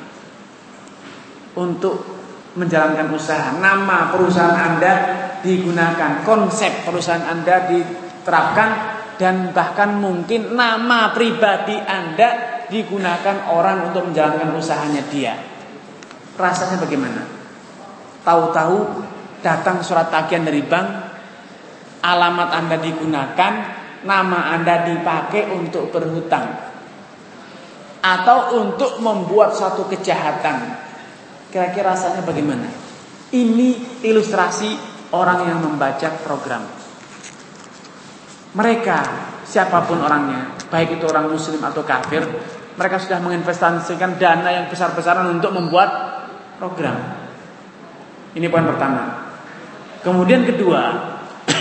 untuk menjalankan usaha? Nama perusahaan Anda digunakan, konsep perusahaan Anda diterapkan, dan bahkan mungkin nama pribadi Anda digunakan orang untuk menjalankan usahanya dia. Rasanya bagaimana? Tahu-tahu datang surat tagihan dari bank, alamat Anda digunakan, nama Anda dipakai untuk berhutang atau untuk membuat suatu kejahatan. Kira-kira rasanya bagaimana? Ini ilustrasi orang yang membajak program. Mereka, siapapun orangnya, baik itu orang muslim atau kafir, mereka sudah menginvestasikan dana yang besar-besaran untuk membuat program. Ini poin pertama. Kemudian kedua,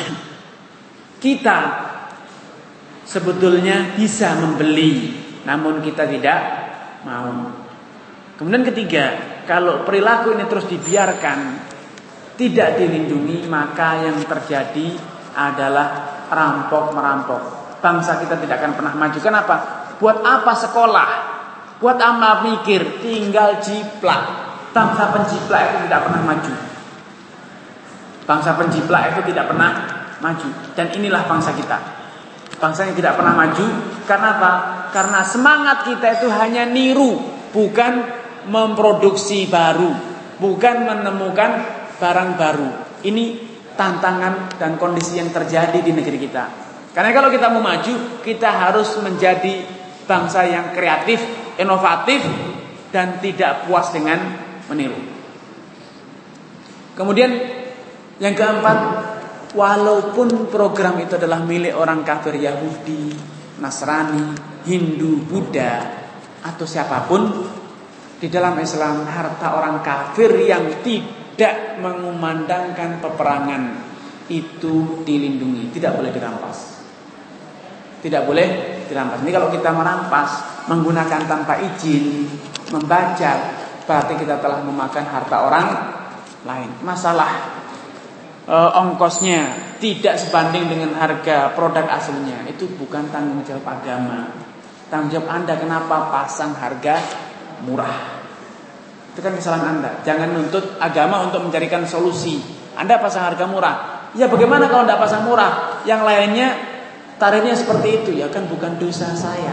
kita sebetulnya bisa membeli, namun kita tidak mau. Kemudian ketiga, kalau perilaku ini terus dibiarkan, tidak dilindungi, maka yang terjadi adalah rampok-merampok. Bangsa kita tidak akan pernah maju. Kenapa? Buat apa sekolah? Buat apa mikir? Tinggal jiplak. Bangsa penjiplak itu tidak pernah maju. Bangsa penjiplak itu tidak pernah maju. Dan inilah bangsa kita. Bangsa yang tidak pernah maju. Karena apa? Karena semangat kita itu hanya niru, bukan memproduksi baru, bukan menemukan barang baru. Ini tantangan dan kondisi yang terjadi di negeri kita. Karena kalau kita mau maju, kita harus menjadi bangsa yang kreatif, inovatif, dan tidak puas dengan meniru. Kemudian yang keempat, walaupun program itu adalah milik orang kafir, Yahudi, Nasrani, Hindu, Buddha, atau siapapun di dalam Islam, harta orang kafir yang tidak mengumandangkan peperangan itu dilindungi, tidak boleh dirampas. Tidak boleh dirampas. Ini kalau kita merampas menggunakan tanpa izin, membajak, berarti kita telah memakan harta orang lain. Masalah ongkosnya tidak sebanding dengan harga produk aslinya, itu bukan tanggung jawab agama. Tanggung jawab Anda kenapa pasang harga murah. Itu kan kesalahan Anda. Jangan nuntut agama untuk mencarikan solusi. Anda pasang harga murah. Ya bagaimana kalau tidak pasang murah? Yang lainnya tarifnya seperti itu. Ya kan bukan dosa saya,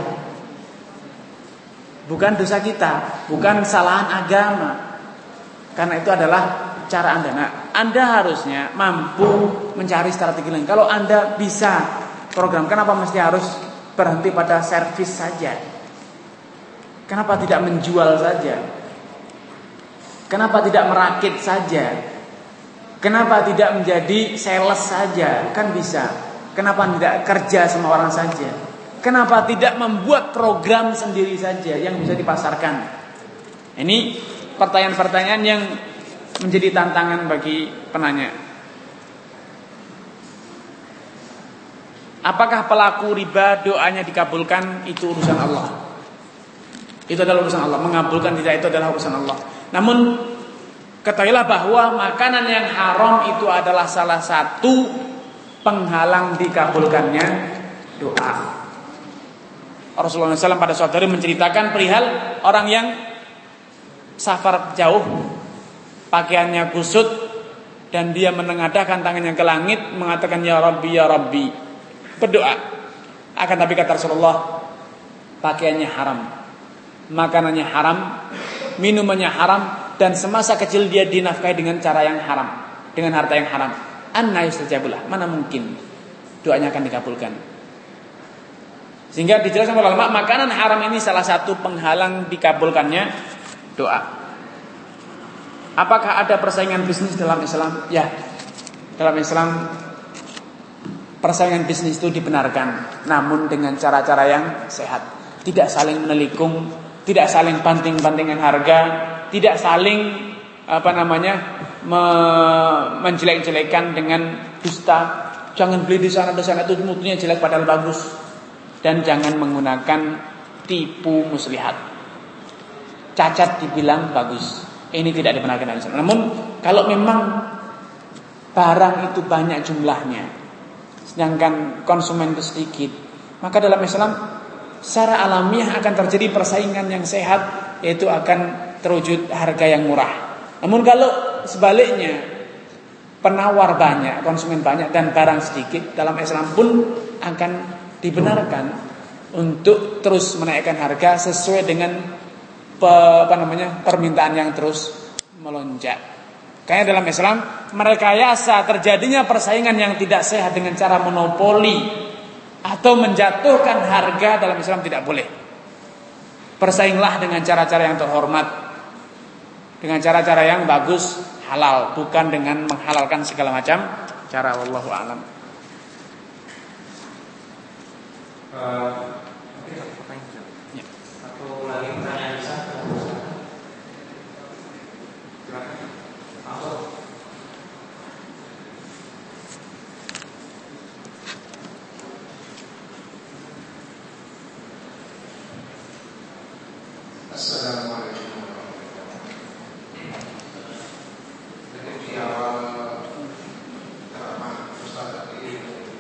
bukan dosa kita, bukan kesalahan agama. Karena itu adalah cara Anda. Nah, Anda harusnya mampu mencari strategi lain. Kalau Anda bisa program, kenapa mesti harus berhenti pada servis saja? Kenapa tidak menjual saja? Kenapa tidak merakit saja? Kenapa tidak menjadi sales saja? Kan bisa. Kenapa tidak kerja sama orang saja? Kenapa tidak membuat program sendiri saja yang bisa dipasarkan? Ini pertanyaan-pertanyaan yang menjadi tantangan bagi penanya. Apakah pelaku riba doanya dikabulkan? Itu urusan Allah. Itu adalah urusan Allah. Mengabulkan tidak, itu adalah urusan Allah. Namun ketahuilah bahwa makanan yang haram itu adalah salah satu penghalang dikabulkannya doa. Rasulullah SAW pada suatu hari menceritakan perihal orang yang safar jauh, pakaiannya kusut, dan dia menengadahkan tangannya ke langit mengatakan ya Rabbi ya Rabbi, berdoa. Akan tapi kata Rasulullah, pakaiannya haram, makanannya haram, minumannya haram, dan semasa kecil dia dinafkahi dengan cara yang haram, dengan harta yang haram. Anna yustajabulah, mana mungkin doanya akan dikabulkan. Sehingga dijelaskan oleh ulama, makanan haram ini salah satu penghalang dikabulkannya doa. Apakah ada persaingan bisnis dalam Islam? Ya, dalam Islam persaingan bisnis itu dibenarkan, namun dengan cara-cara yang sehat. Tidak saling menelikung, tidak saling banting-bantingan harga, tidak saling menjelek-jelekan dengan dusta. Jangan beli di sana itu mutunya jelek padahal bagus. Dan jangan menggunakan tipu muslihat. Cacat dibilang bagus. Ini tidak dibenarkan dalam Islam. Namun kalau memang barang itu banyak jumlahnya, sedangkan konsumen itu sedikit, maka dalam Islam secara alamiah akan terjadi persaingan yang sehat, yaitu akan terwujud harga yang murah. Namun kalau sebaliknya, penawar banyak, konsumen banyak, dan barang sedikit, dalam Islam pun akan dibenarkan untuk terus menaikkan harga sesuai dengan permintaan yang terus melonjak. Karena dalam Islam merekayasa terjadinya persaingan yang tidak sehat dengan cara monopoli atau menjatuhkan harga dalam Islam tidak boleh. Bersainglah dengan cara-cara yang terhormat, dengan cara-cara yang bagus, halal, bukan dengan menghalalkan segala macam cara. Wallahu a'lam. Mungkin satu pertanyaan. Ya. Satu lagi pertanyaan bisa. Silakan. Masuk. Assalamualaikum warahmatullahi wabarakatuh. Jadi di awal ceramah Ustaz tadi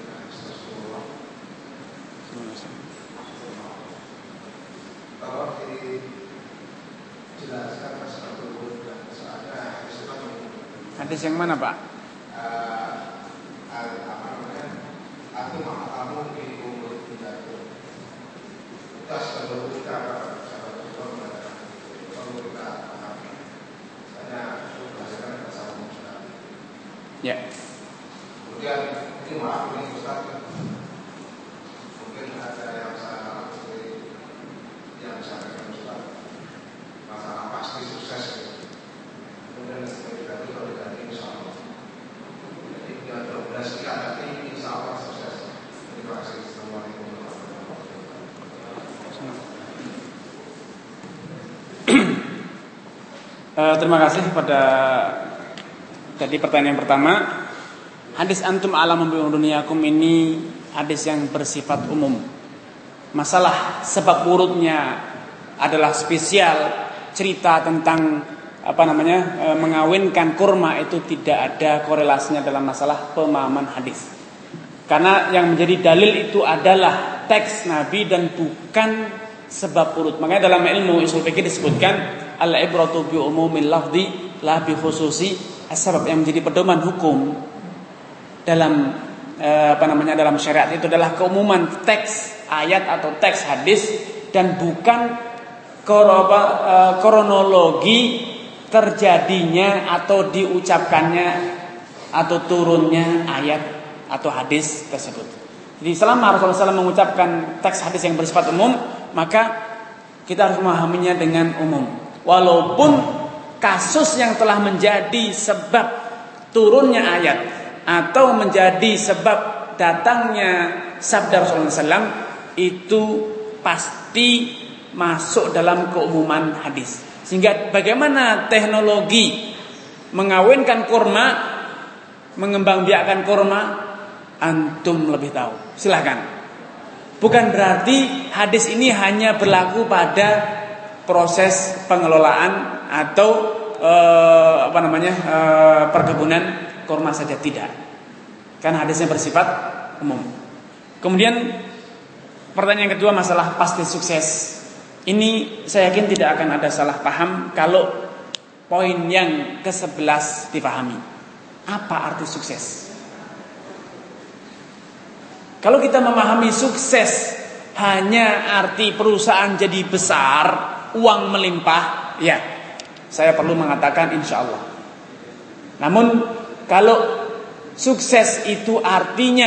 kalau dijelaskan masalah turun dan soalnya hadis yang mana Pak? Aku kamu di umur tidak tas kalau kita ya. Kemudian ini maaf ini Ustaz, mungkin ada yang salah yang disampaikan Ustaz masalah pasti sukses. Kemudian diganti kalau diganti insya Allah. Jadi 12 ini ada insya Allah sukses. Terima kasih. Assalamualaikum warahmatullahi wabarakatuh. Terima kasih pada tadi pertanyaan yang pertama. Hadis antum alam bi dunyakum ini hadis yang bersifat umum. Masalah sebab urutnya adalah spesial, cerita tentang mengawinkan kurma itu tidak ada korelasinya dalam masalah pemahaman hadis. Karena yang menjadi dalil itu adalah teks Nabi dan bukan sebab urut. Makanya dalam ilmu ushul fikih disebutkan al-ibratu bi umumil lafzi la bi khususi as-sabab. Yang menjadi pedoman hukum dalam dalam syariat itu adalah keumuman teks ayat atau teks hadis dan bukan kronologi terjadinya atau diucapkannya atau turunnya ayat atau hadis tersebut. Jadi selama Rasulullah SAW mengucapkan teks hadis yang bersifat umum, maka kita harus memahaminya dengan umum. Walaupun kasus yang telah menjadi sebab turunnya ayat atau menjadi sebab datangnya sabda Rasulullah SAW itu pasti masuk dalam keumuman hadis. Sehingga bagaimana teknologi mengawinkan kurma, mengembangbiakkan kurma, antum lebih tahu. Silahkan. Bukan berarti hadis ini hanya berlaku pada proses pengelolaan atau perkebunan kurma saja, tidak. Karena hadisnya bersifat umum. Kemudian pertanyaan yang kedua, masalah pasti sukses. Ini saya yakin tidak akan ada salah paham kalau poin yang ke-11 dipahami. Apa arti sukses? Kalau kita memahami sukses hanya arti perusahaan jadi besar, uang melimpah, ya, saya perlu mengatakan insya Allah. Namun kalau sukses itu artinya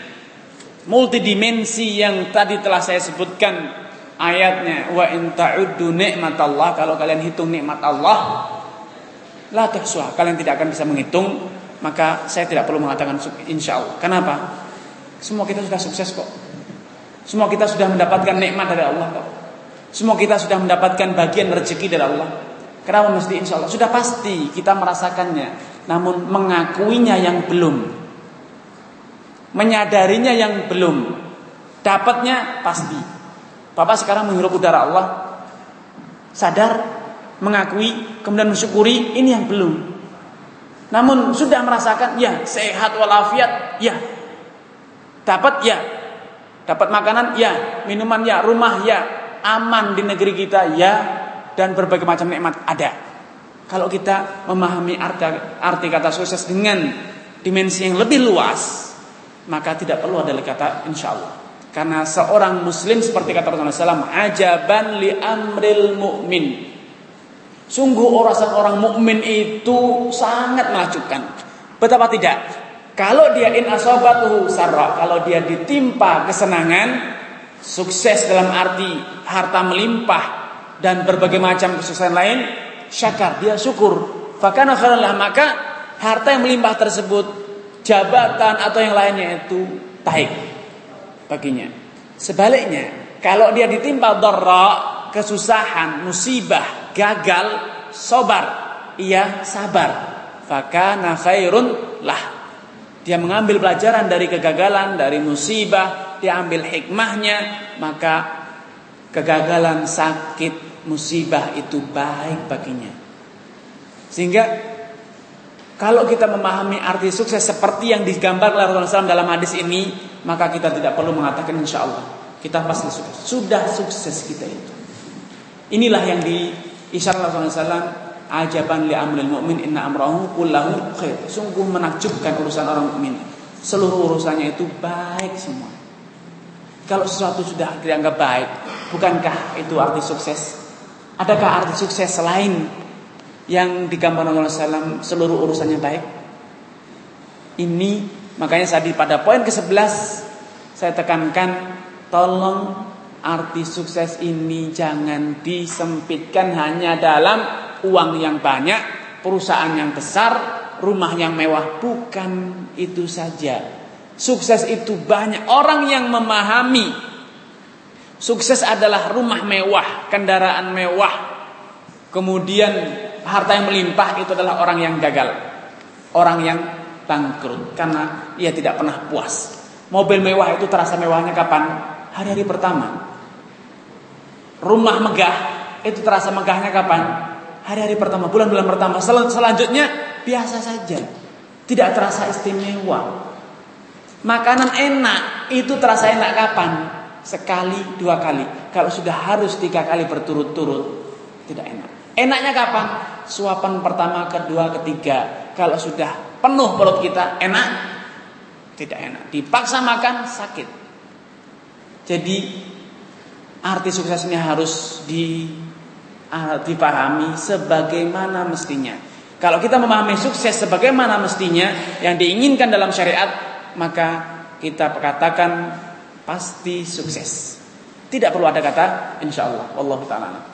multidimensi yang tadi telah saya sebutkan ayatnya, wa in ta'uddu nikmatallah, kalau kalian hitung nikmat Allah la tuhsuha, kalian tidak akan bisa menghitung, maka saya tidak perlu mengatakan insyaallah. Kenapa? Semua kita sudah sukses kok. Semua kita sudah mendapatkan nikmat dari Allah kok. Semua kita sudah mendapatkan bagian rezeki dari Allah. Kenapa mesti insyaallah? Sudah pasti kita merasakannya, namun mengakuinya yang belum, menyadarinya yang belum, dapatnya pasti. Bapak sekarang menghirup udara Allah, sadar, mengakui, kemudian mensyukuri, ini yang belum. Namun sudah merasakan, ya, sehat walafiat, ya, dapat, ya, dapat makanan, ya, minuman, ya, rumah, ya, aman di negeri kita, ya, dan berbagai macam nikmat ada. Kalau kita memahami arti kata sukses dengan dimensi yang lebih luas, maka tidak perlu ada kata insyaallah. Karena seorang muslim seperti kata Rasulullah SAW, ajaban li amril mu'min. Sungguh urusan orang mukmin itu sangat menakjubkan. Betapa tidak? Kalau dia in asabatuhu sarra, kalau dia ditimpa kesenangan, sukses dalam arti harta melimpah dan berbagai macam kesuksesan lain, syakar, dia syukur. Fakana khairan lah, maka harta yang melimpah tersebut, jabatan atau yang lainnya itu baik baginya. Sebaliknya, kalau dia ditimpa dharra, kesusahan, musibah, gagal, sabar, ia sabar, fakana khairun lah. Dia mengambil pelajaran dari kegagalan, dari musibah, dia ambil hikmahnya, maka kegagalan, sakit, musibah itu baik baginya. Sehingga kalau kita memahami arti sukses seperti yang digambarkan oleh Rasulullah SAW dalam hadis ini, maka kita tidak perlu mengatakan insya Allah kita pasti sukses. Sudah sukses kita itu. Inilah yang diisyaratkan Rasulullah SAW, ajaban li amril mu'min inna amrahu kullahu khair. Sungguh menakjubkan urusan orang mukmin. Seluruh urusannya itu baik semua. Kalau sesuatu sudah dianggap baik, bukankah itu arti sukses? Adakah arti sukses selain yang digambarkan Rasulullah SAW seluruh urusannya baik? Ini makanya pada poin ke-11 saya tekankan, tolong arti sukses ini jangan disempitkan hanya dalam uang yang banyak, perusahaan yang besar, rumah yang mewah. Bukan itu saja. Sukses itu banyak. Orang yang memahami sukses adalah rumah mewah, kendaraan mewah, kemudian harta yang melimpah itu adalah orang yang gagal, orang yang bangkrut karena ia tidak pernah puas. Mobil mewah itu terasa mewahnya kapan? Hari-hari pertama. Rumah megah itu terasa megahnya kapan? Hari-hari pertama, bulan-bulan pertama. Selanjutnya biasa saja, tidak terasa istimewa. Makanan enak itu terasa enak kapan? Sekali, 2 kali. Kalau sudah harus 3 kali berturut-turut, tidak enak. Enaknya kapan? Suapan pertama, kedua, ketiga. Kalau sudah penuh perut kita, enak? Tidak enak. Dipaksa makan, sakit. Jadi arti suksesnya harus dipahami sebagaimana mestinya. Kalau kita memahami sukses sebagaimana mestinya yang diinginkan dalam syariat, maka kita katakan pasti sukses. Tidak perlu ada kata insyaallah. Wallahu ta'ala.